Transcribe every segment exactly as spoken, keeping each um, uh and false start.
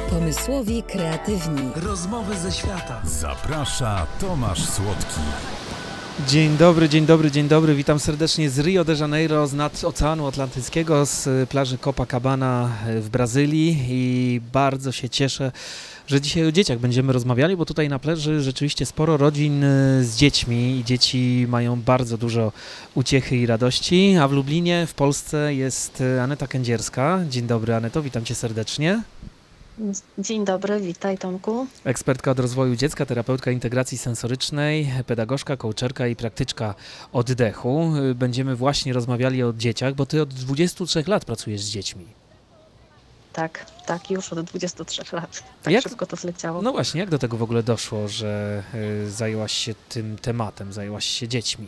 Pomysłowi, kreatywni. Rozmowy ze świata. Zaprasza Tomasz Słodki. Dzień dobry, dzień dobry, dzień dobry. Witam serdecznie z Rio de Janeiro, z nad Oceanu Atlantyckiego, z plaży Copacabana w Brazylii i bardzo się cieszę, że dzisiaj o dzieciach będziemy rozmawiali, bo tutaj na plaży rzeczywiście sporo rodzin z dziećmi i dzieci mają bardzo dużo uciechy i radości, a w Lublinie w Polsce jest Aneta Kędzierska. Dzień dobry, Aneto, witam cię serdecznie. Dzień dobry, witaj Tomku. Ekspertka od rozwoju dziecka, terapeutka integracji sensorycznej, pedagogzka, coacherka i praktyczka oddechu. Będziemy właśnie rozmawiali o dzieciach, bo ty od dwudziestu trzech lat pracujesz z dziećmi. Tak, tak, już od dwudziestu trzech lat. Tak jak, szybko to zleciało. No właśnie, jak do tego w ogóle doszło, że y, zajęłaś się tym tematem, zajęłaś się dziećmi?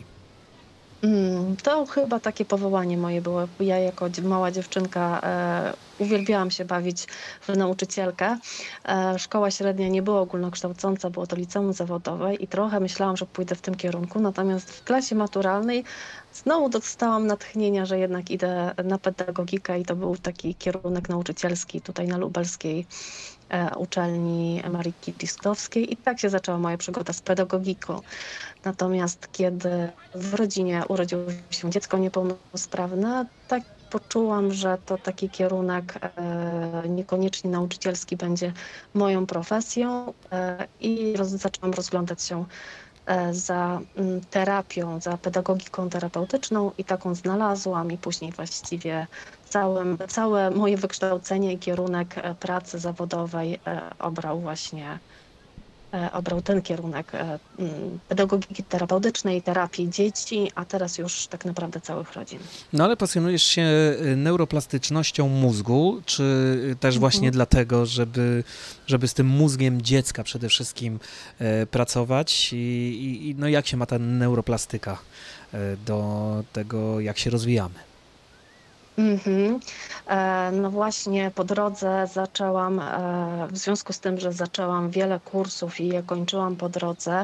Mm, to chyba takie powołanie moje było. Ja jako mała dziewczynka e, uwielbiałam się bawić w nauczycielkę. E, szkoła średnia nie była ogólnokształcąca, było to liceum zawodowe i trochę myślałam, że pójdę w tym kierunku. Natomiast w klasie maturalnej znowu dostałam natchnienia, że jednak idę na pedagogikę i to był taki kierunek nauczycielski tutaj na lubelskiej e, uczelni Marii Curie-Skłodowskiej i tak się zaczęła moja przygoda z pedagogiką. Natomiast kiedy w rodzinie urodziło się dziecko niepełnosprawne, tak poczułam, że to taki kierunek e, niekoniecznie nauczycielski będzie moją profesją e, i roz, zaczęłam rozglądać się e, za m, terapią, za pedagogiką terapeutyczną i taką znalazłam i później właściwie całym, całe moje wykształcenie i kierunek e, pracy zawodowej e, obrał właśnie obrał ten kierunek pedagogiki terapeutycznej, terapii dzieci, a teraz już tak naprawdę całych rodzin. No ale pasjonujesz się neuroplastycznością mózgu, czy też właśnie mhm. dlatego, żeby, żeby z tym mózgiem dziecka przede wszystkim e, pracować i, i no jak się ma ta neuroplastyka e, do tego, jak się rozwijamy? Mm-hmm. E, no właśnie po drodze zaczęłam, e, w związku z tym, że zaczęłam wiele kursów i je kończyłam po drodze,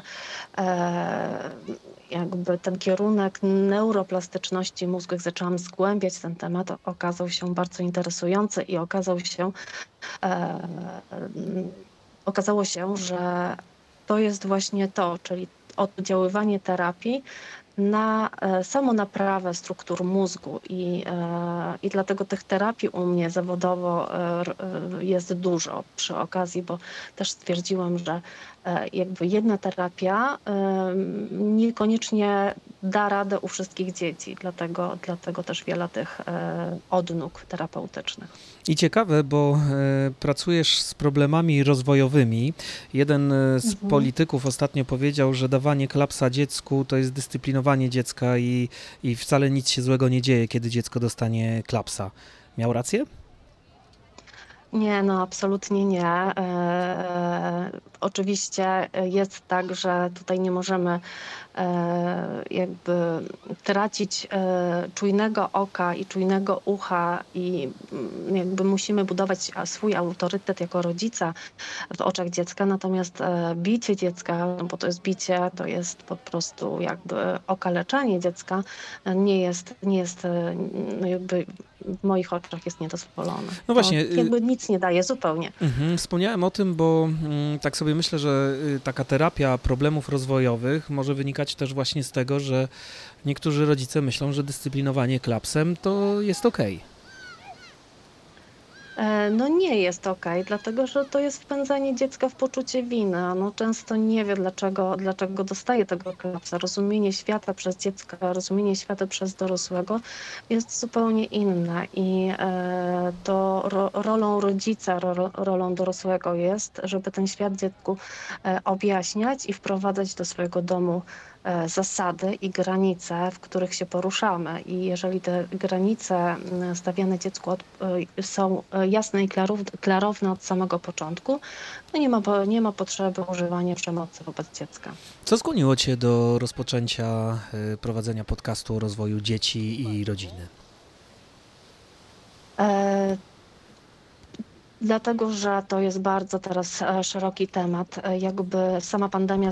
e, jakby ten kierunek neuroplastyczności mózgu, jak zaczęłam zgłębiać ten temat, okazał się bardzo interesujący i okazał się, e, okazało się, że to jest właśnie to, czyli oddziaływanie terapii na e, samonaprawę struktur mózgu i, e, i dlatego tych terapii u mnie zawodowo e, e, jest dużo przy okazji, bo też stwierdziłam, że e, jakby jedna terapia e, niekoniecznie da radę u wszystkich dzieci, dlatego, dlatego też wiele tych e, odnóg terapeutycznych. I ciekawe, bo e, pracujesz z problemami rozwojowymi. Jeden z mhm. polityków ostatnio powiedział, że dawanie klapsa dziecku to jest dyscyplinowanie dziecka i, i wcale nic się złego nie dzieje, kiedy dziecko dostanie klapsa. Miał rację? Nie, no absolutnie nie. E, e, oczywiście jest tak, że tutaj nie możemy e, jakby tracić e, czujnego oka i czujnego ucha i jakby musimy budować swój autorytet jako rodzica w oczach dziecka, natomiast e, bicie dziecka, no bo to jest bicie, to jest po prostu jakby okaleczanie dziecka, nie jest, nie jest no jakby w moich oczach jest niedozwolone. No właśnie. To jakby nic nie daje zupełnie. Mhm, wspomniałem o tym, bo mm, tak sobie myślę, że y, taka terapia problemów rozwojowych może wynikać też właśnie z tego, że niektórzy rodzice myślą, że dyscyplinowanie klapsem to jest okej. No nie jest okej, dlatego że to jest wpędzanie dziecka w poczucie winy. Ono często nie wie, dlaczego, dlaczego dostaje tego klapsa. Rozumienie świata przez dziecka, rozumienie świata przez dorosłego jest zupełnie inne i e, to ro, rolą rodzica, ro, rolą dorosłego jest, żeby ten świat dziecku e, objaśniać i wprowadzać do swojego domu zasady i granice, w których się poruszamy. I jeżeli te granice stawiane dziecku od, są jasne i klarowne od samego początku, to nie ma, nie ma potrzeby używania przemocy wobec dziecka. Co skłoniło cię do rozpoczęcia prowadzenia podcastu o rozwoju dzieci i rodziny? E, dlatego, że to jest bardzo teraz szeroki temat. Jakby sama pandemia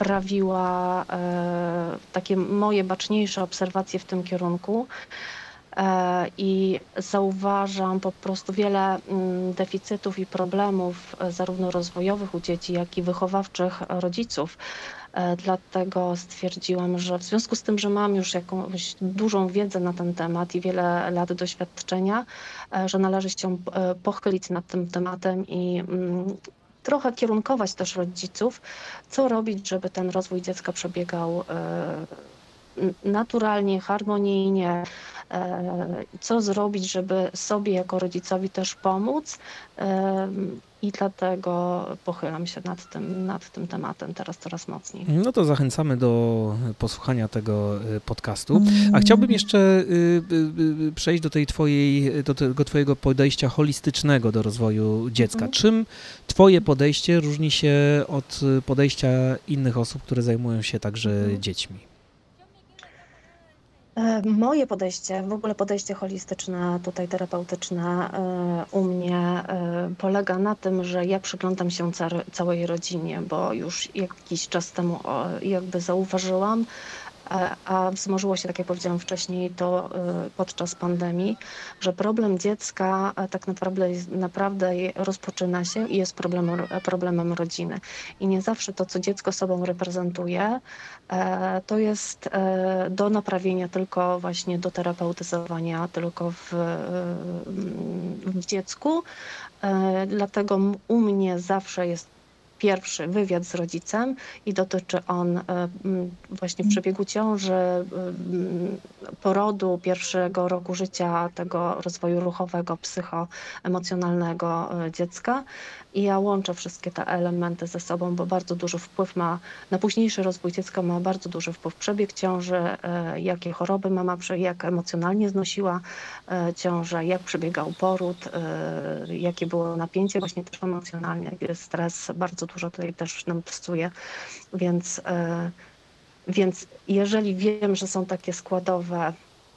sprawiła e, takie moje baczniejsze obserwacje w tym kierunku. e, i zauważam po prostu wiele mm, deficytów i problemów e, zarówno rozwojowych u dzieci, jak i wychowawczych rodziców. E, Dlatego stwierdziłam, że w związku z tym, że mam już jakąś dużą wiedzę na ten temat i wiele lat doświadczenia, e, że należy się e, pochylić nad tym tematem i mm, trochę kierunkować też rodziców, co robić, żeby ten rozwój dziecka przebiegał e, n- naturalnie, harmonijnie, e, co zrobić, żeby sobie jako rodzicowi też pomóc. Em, I dlatego pochylam się nad tym, nad tym tematem teraz coraz mocniej. No to zachęcamy do posłuchania tego y, podcastu. A chciałbym jeszcze y, y, y, przejść do tej twojej, do tego twojego podejścia holistycznego do rozwoju dziecka. Mhm. Czym twoje podejście różni się od y, podejścia innych osób, które zajmują się także Mhm. dziećmi? E, Moje podejście, w ogóle podejście holistyczne, tutaj terapeutyczne e, u mnie e, polega na tym, że ja przyglądam się car- całej rodzinie, bo już jakiś czas temu o, jakby zauważyłam, a, a wzmożyło się, tak jak powiedziałam wcześniej, to e, podczas pandemii, że problem dziecka e, tak naprawdę, jest, naprawdę je- rozpoczyna się i jest problemem, problemem rodziny. I nie zawsze to, co dziecko sobą reprezentuje, E, to jest e, do naprawienia tylko właśnie do terapeutyzowania tylko w, mm, w dziecku. E, Dlatego m- u mnie zawsze jest pierwszy wywiad z rodzicem i dotyczy on e, m, właśnie w przebiegu ciąży, m, porodu, pierwszego roku życia, tego rozwoju ruchowego, psychoemocjonalnego e, dziecka. I ja łączę wszystkie te elementy ze sobą, bo bardzo duży wpływ ma na późniejszy rozwój dziecka, ma bardzo duży wpływ przebieg ciąży, e, jakie choroby mama, prze- jak emocjonalnie znosiła e, ciążę, jak przebiegał poród, e, jakie było napięcie właśnie też emocjonalne, stres bardzo dużo tutaj też nam psuje, więc, e, więc jeżeli wiem, że są takie składowe,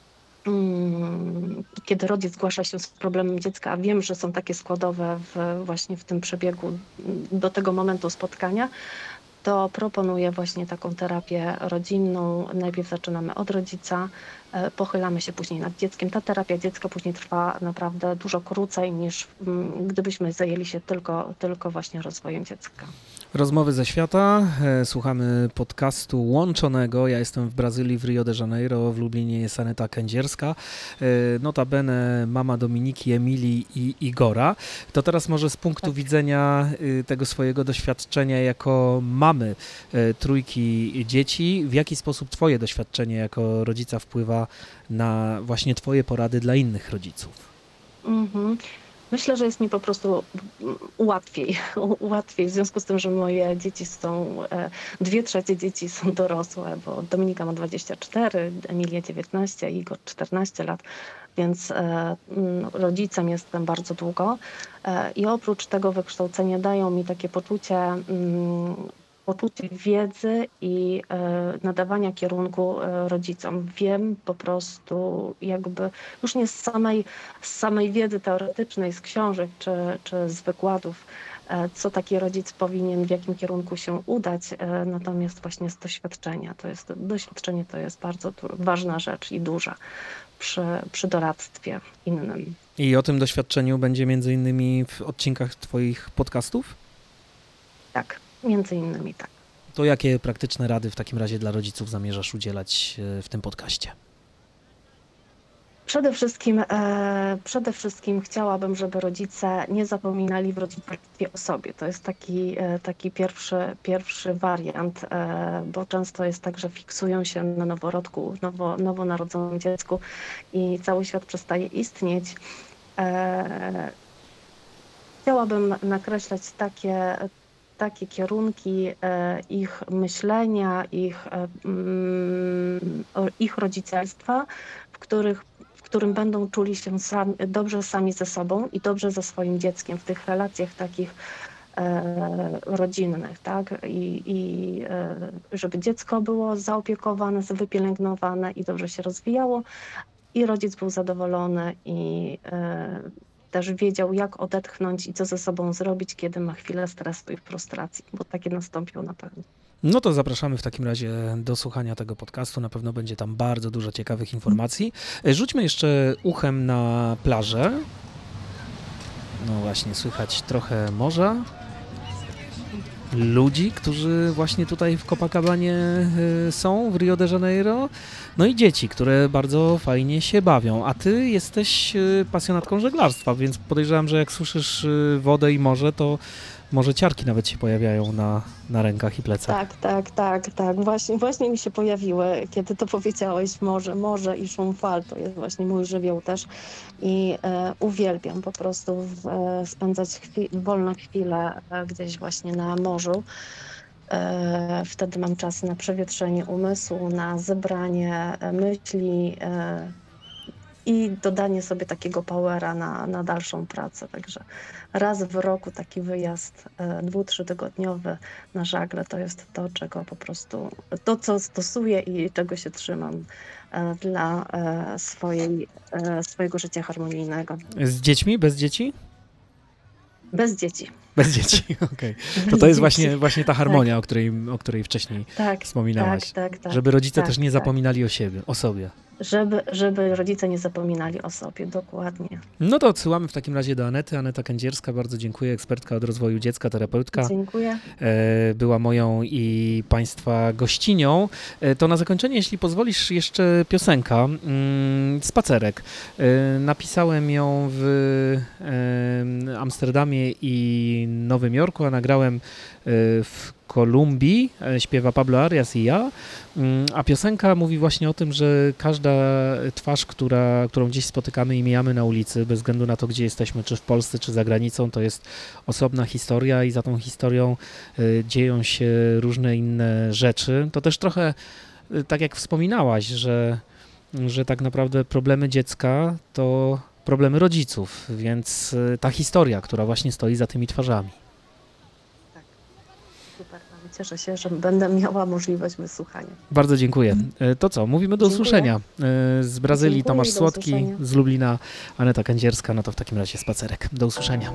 mm, kiedy rodzic zgłasza się z problemem dziecka, a wiem, że są takie składowe w, właśnie w tym przebiegu mm, do tego momentu spotkania, to proponuję właśnie taką terapię rodzinną. Najpierw zaczynamy od rodzica, e, pochylamy się później nad dzieckiem. Ta terapia dziecka później trwa naprawdę dużo krócej niż mm, gdybyśmy zajęli się tylko, tylko właśnie rozwojem dziecka. Rozmowy ze świata, e, słuchamy podcastu łączonego. Ja jestem w Brazylii, w Rio de Janeiro, w Lublinie jest Aneta Kędzierska, e, notabene mama Dominiki, Emilii i Igora. To teraz może z punktu Tak. widzenia y, tego swojego doświadczenia jako mamy e, trójki dzieci, w jaki sposób twoje doświadczenie jako rodzica wpływa na właśnie twoje porady dla innych rodziców? Mhm. Myślę, że jest mi po prostu mm, łatwiej, łatwiej w związku z tym, że moje dzieci są, e, dwie trzecie dzieci są dorosłe, bo Dominika ma dwadzieścia cztery, Emilia dziewiętnaście, Igor czternaście lat, więc e, mm, rodzicem jestem bardzo długo e, i oprócz tego wykształcenia dają mi takie poczucie, mm, poczucie wiedzy i e, nadawania kierunku e, rodzicom. Wiem po prostu jakby już nie z samej z samej wiedzy teoretycznej, z książek czy, czy z wykładów, e, co taki rodzic powinien, w jakim kierunku się udać, e, natomiast właśnie z doświadczenia. To jest, doświadczenie to jest bardzo du- ważna rzecz i duża przy, przy doradztwie innym. I o tym doświadczeniu będzie między innymi w odcinkach twoich podcastów? Tak, między innymi tak. To jakie praktyczne rady w takim razie dla rodziców zamierzasz udzielać e, w tym podcaście? Przede wszystkim, e, przede wszystkim chciałabym, żeby rodzice nie zapominali w rodzicielstwie o sobie. To jest taki, e, taki pierwszy, pierwszy wariant, e, bo często jest tak, że fiksują się na noworodku, nowo, nowonarodzonym dziecku i cały świat przestaje istnieć. E, Chciałabym nakreślać takie, takie kierunki e, ich myślenia, ich, e, mm, o- ich rodzicielstwa, w których w którym będą czuli się sami, dobrze sami ze sobą i dobrze ze swoim dzieckiem w tych relacjach takich e, rodzinnych, tak? I, i e, żeby dziecko było zaopiekowane, wypielęgnowane i dobrze się rozwijało, i rodzic był zadowolony i e, też wiedział, jak odetchnąć i co ze sobą zrobić, kiedy ma chwilę stresu i frustracji, bo takie nastąpiło na pewno. No to zapraszamy w takim razie do słuchania tego podcastu. Na pewno będzie tam bardzo dużo ciekawych informacji. Rzućmy jeszcze uchem na plażę. No właśnie, słychać trochę morza. Ludzi, którzy właśnie tutaj w Copacabanie y, są, w Rio de Janeiro. No i dzieci, które bardzo fajnie się bawią. A ty jesteś y, pasjonatką żeglarstwa, więc podejrzewam, że jak słyszysz y, wodę i morze, to może ciarki nawet się pojawiają na, na rękach i plecach. Tak, tak, tak, tak. Właśnie, właśnie mi się pojawiły, kiedy to powiedziałeś, morze, morze i szum fal, to jest właśnie mój żywioł też i e, uwielbiam po prostu w, e, spędzać chwi- wolne chwile e, gdzieś właśnie na morzu. E, wtedy mam czas na przewietrzenie umysłu, na zebranie e, myśli e, i dodanie sobie takiego powera na, na dalszą pracę. Także raz w roku taki wyjazd e, dwu-, trzytygodniowy na żagle to jest to, czego po prostu, to co stosuję i czego się trzymam e, dla e, swojej, e, swojego życia harmonijnego. Z dziećmi? Bez dzieci? Bez dzieci. Bez dzieci, okej. To Bez to jest dzieci. właśnie, właśnie ta harmonia, o, której, o której wcześniej Tak, wspominałaś. tak, tak, tak. Żeby rodzice tak, też nie tak. zapominali o siebie, o sobie. Żeby, żeby rodzice nie zapominali o sobie, dokładnie. No to odsyłamy w takim razie do Anety. Aneta Kędzierska, bardzo dziękuję, ekspertka od rozwoju dziecka, terapeutka. Dziękuję. E, była moją i Państwa gościnią. E, to na zakończenie, jeśli pozwolisz, jeszcze piosenka, mm, Spacerek. E, napisałem ją w e, Amsterdamie i Nowym Jorku, a nagrałem e, w Kolumbii, e, śpiewa Pablo Arias i ja, mm, a piosenka mówi właśnie o tym, że każda twarz, która, którą gdzieś spotykamy i mijamy na ulicy, bez względu na to, gdzie jesteśmy, czy w Polsce, czy za granicą, to jest osobna historia i za tą historią y, dzieją się różne inne rzeczy. To też trochę, y, tak jak wspominałaś, że, że tak naprawdę problemy dziecka to problemy rodziców, więc y, ta historia, która właśnie stoi za tymi twarzami. Super, cieszę się, że będę miała możliwość wysłuchania. Bardzo dziękuję. Y, To co, mówimy do Dziękuję. usłyszenia. Y, Z Brazylii Dziękuję Tomasz i do Słodki, usłyszenia. z Lublina Aneta Kędzierska, no to w takim razie Spacerek. Do usłyszenia.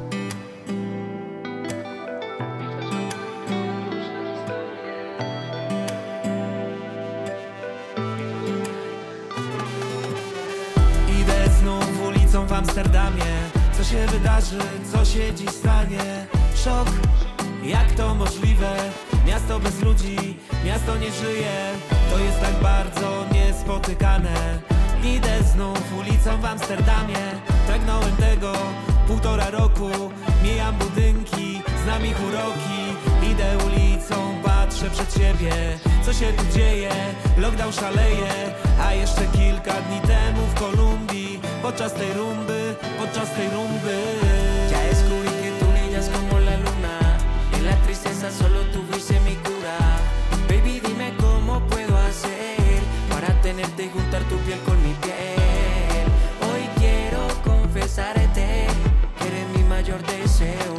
Idę znów ulicą w Amsterdamie. Co się wydarzy, co się dziś stanie? Szok, jak to możliwe? Miasto bez ludzi, miasto nie żyje. To jest tak bardzo niespotykane. Idę znów ulicą w Amsterdamie. Pragnąłem tego półtora roku. Mijam budynki, znam ich uroki. Idę ulicą, patrzę przed siebie. Co się tu dzieje? Lockdown szaleje. A jeszcze kilka dni temu w Kolumbii, podczas tej rumby, podczas tej rumby. Ya descubrí que tú brillas como la luna. En la tristeza solo tú fuiste mi cura. Baby, dime cómo puedo hacer para tenerte y juntar tu piel con mi piel. Hoy quiero confesarte que eres mi mayor deseo.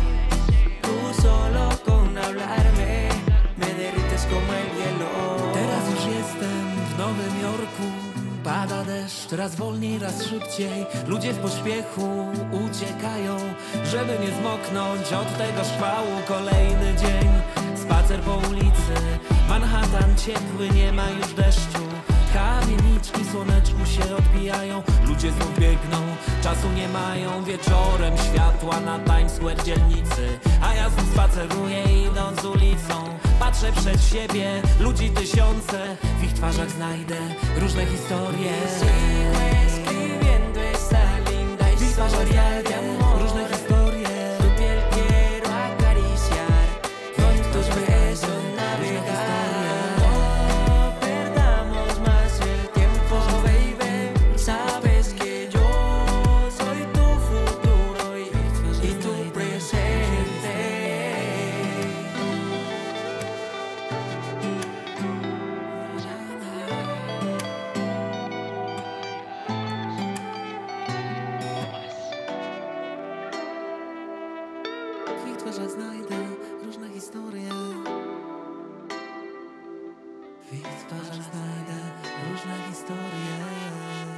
Tú solo con hablarme me derrites como el hielo. Teraz już jestem w Nowym Jorku. Pada deszcz, raz wolniej, raz szybciej. Ludzie w pośpiechu uciekają, żeby nie zmoknąć od tego szkłału. Kolejny dzień, spacer po ulicy. Manhattan ciepły, nie ma już deszczu. Kamieniczki słoneczku się odbijają. Ludzie znów biegną, czasu nie mają. Wieczorem światła na Times Square dzielnicy. A ja znów spaceruję idąc ulicą. Patrzę przed siebie, ludzi tysiące. W ich twarzach znajdę różne historie. Sigo escribiendo esta linda W ich twarzach historia znajdę de amor. różne historie. Tu piel quiero acariciar, con tus besos navegar. No perdamos más el tiempo, baby. Sabes que yo soy tu futuro y, y tu presente. W ich twarzach znajdę różne historie. W ich twarzach znajdę różne historie.